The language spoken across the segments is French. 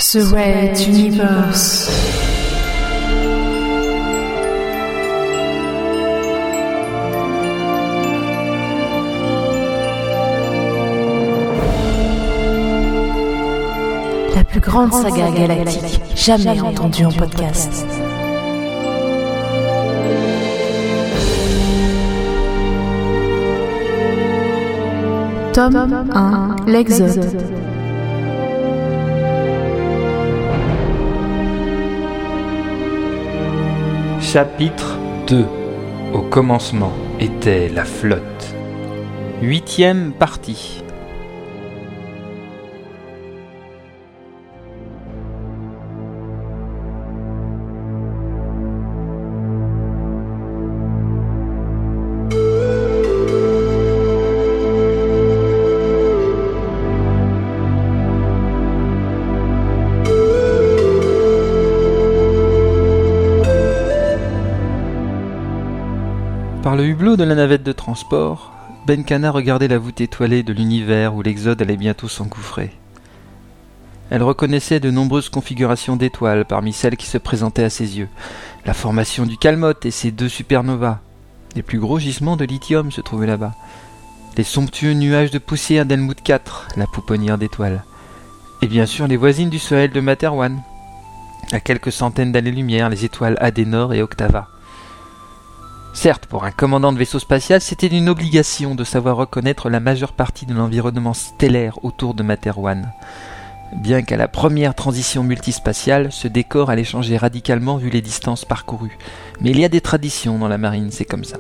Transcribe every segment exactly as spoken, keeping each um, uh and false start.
The Red Universe. La plus grande saga galactique jamais entendue en podcast. Tome un, l'Exode. Chapitre deux. Au commencement était la flotte. Huitième partie. Par le hublot de la navette de transport, Benkana regardait la voûte étoilée de l'univers où l'Exode allait bientôt s'engouffrer. Elle reconnaissait de nombreuses configurations d'étoiles parmi celles qui se présentaient à ses yeux. La formation du Calmote et ses deux supernovas. Les plus gros gisements de lithium se trouvaient là-bas. Les somptueux nuages de poussière d'Elmwood quatre, la pouponnière d'étoiles. Et bien sûr les voisines du Soleil de Materwan. À quelques centaines d'années-lumière, les étoiles Adenor et Octava. Certes, pour un commandant de vaisseau spatial, c'était une obligation de savoir reconnaître la majeure partie de l'environnement stellaire autour de Materwan. Bien qu'à la première transition multispatiale, ce décor allait changer radicalement vu les distances parcourues. Mais il y a des traditions dans la marine, c'est comme ça.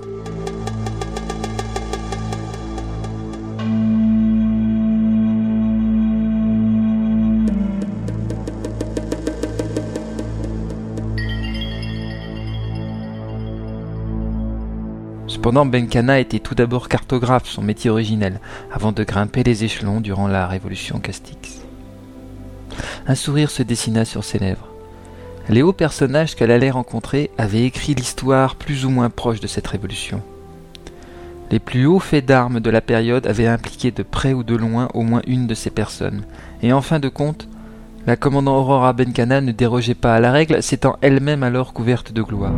Cependant, Benkana était tout d'abord cartographe, son métier originel, avant de grimper les échelons durant la révolution Castix. Un sourire se dessina sur ses lèvres. Les hauts personnages qu'elle allait rencontrer avaient écrit l'histoire plus ou moins proche de cette révolution. Les plus hauts faits d'armes de la période avaient impliqué de près ou de loin au moins une de ces personnes. Et en fin de compte, la commandant Aurora Benkana ne dérogeait pas à la règle, s'étant elle-même alors couverte de gloire.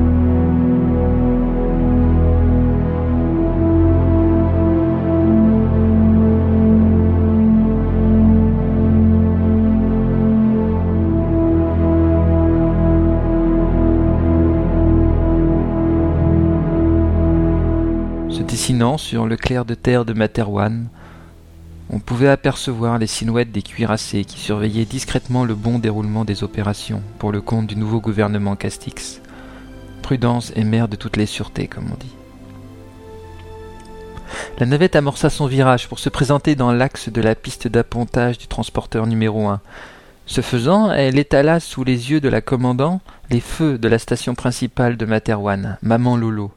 Dessinant sur le clair de terre de Materwan, on pouvait apercevoir les silhouettes des cuirassés qui surveillaient discrètement le bon déroulement des opérations pour le compte du nouveau gouvernement Castix. Prudence est mère de toutes les sûretés, comme on dit. La navette amorça son virage pour se présenter dans l'axe de la piste d'appontage du transporteur numéro un. Ce faisant, elle étala sous les yeux de la commandant les feux de la station principale de Materwan, Maman Lolo.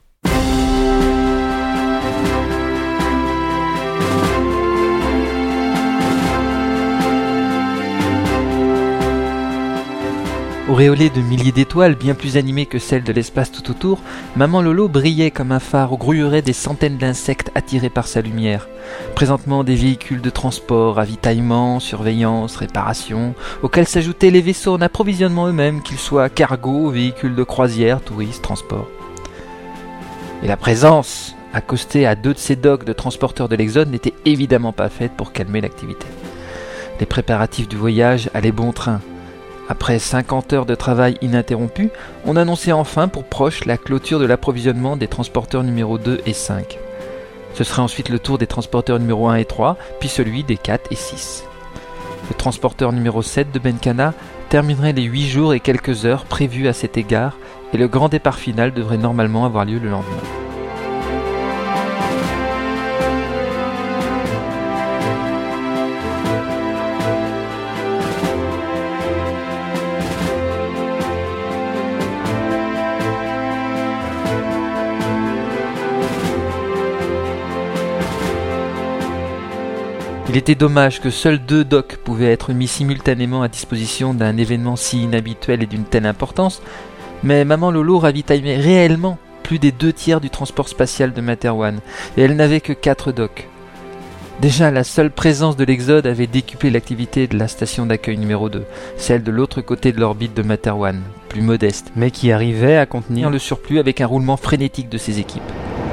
Auréolée de milliers d'étoiles, bien plus animée que celles de l'espace tout autour, Maman Lolo brillait comme un phare où grouilleraient des centaines d'insectes attirés par sa lumière. Présentement des véhicules de transport, ravitaillement, surveillance, réparation, auxquels s'ajoutaient les vaisseaux en approvisionnement eux-mêmes, qu'ils soient cargo, véhicules de croisière, touristes, transport. Et la présence, accostée à deux de ces docks de transporteurs de l'Exode, n'était évidemment pas faite pour calmer l'activité. Les préparatifs du voyage allaient bon train. Après cinquante heures de travail ininterrompu, on annonçait enfin pour proche la clôture de l'approvisionnement des transporteurs numéro deux et cinq. Ce serait ensuite le tour des transporteurs numéro un et trois, puis celui des quatre et six. Le transporteur numéro sept de Benkana terminerait les huit jours et quelques heures prévus à cet égard, et le grand départ final devrait normalement avoir lieu le lendemain. Il était dommage que seuls deux docks pouvaient être mis simultanément à disposition d'un événement si inhabituel et d'une telle importance, mais Maman Lolo ravitaillait réellement plus des deux tiers du transport spatial de Materwan, et elle n'avait que quatre docks. Déjà, la seule présence de l'Exode avait décuplé l'activité de la station d'accueil numéro deux, celle de l'autre côté de l'orbite de Materwan, plus modeste, mais qui arrivait à contenir le surplus avec un roulement frénétique de ses équipes.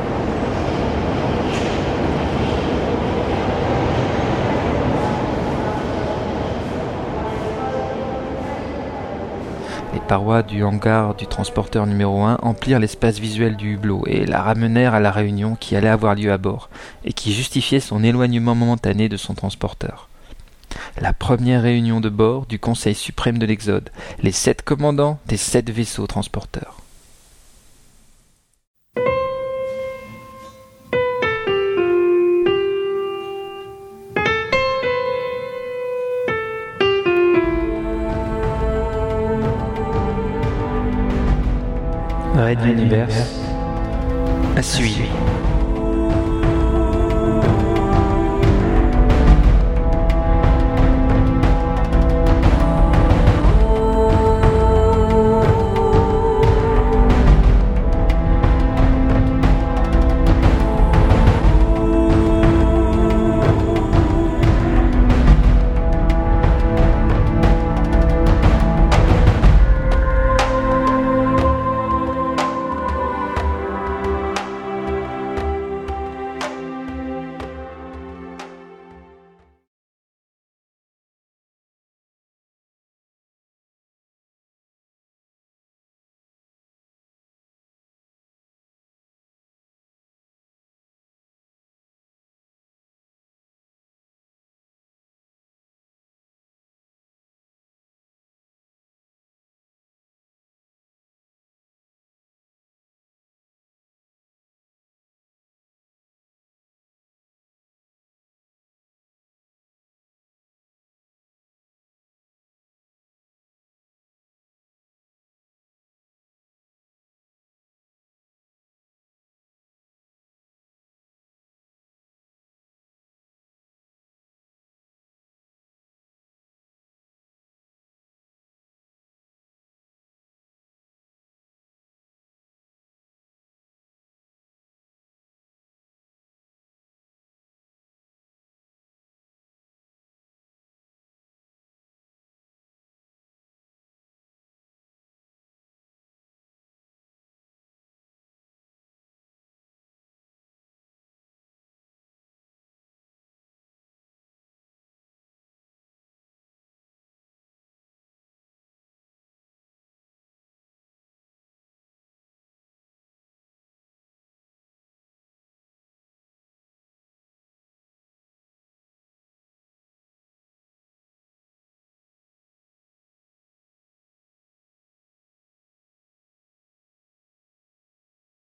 Les parois du hangar du transporteur numéro un emplirent l'espace visuel du hublot et la ramenèrent à la réunion qui allait avoir lieu à bord et qui justifiait son éloignement momentané de son transporteur. La première réunion de bord du Conseil suprême de l'Exode, les sept commandants des sept vaisseaux transporteurs. Red Universe à suivre.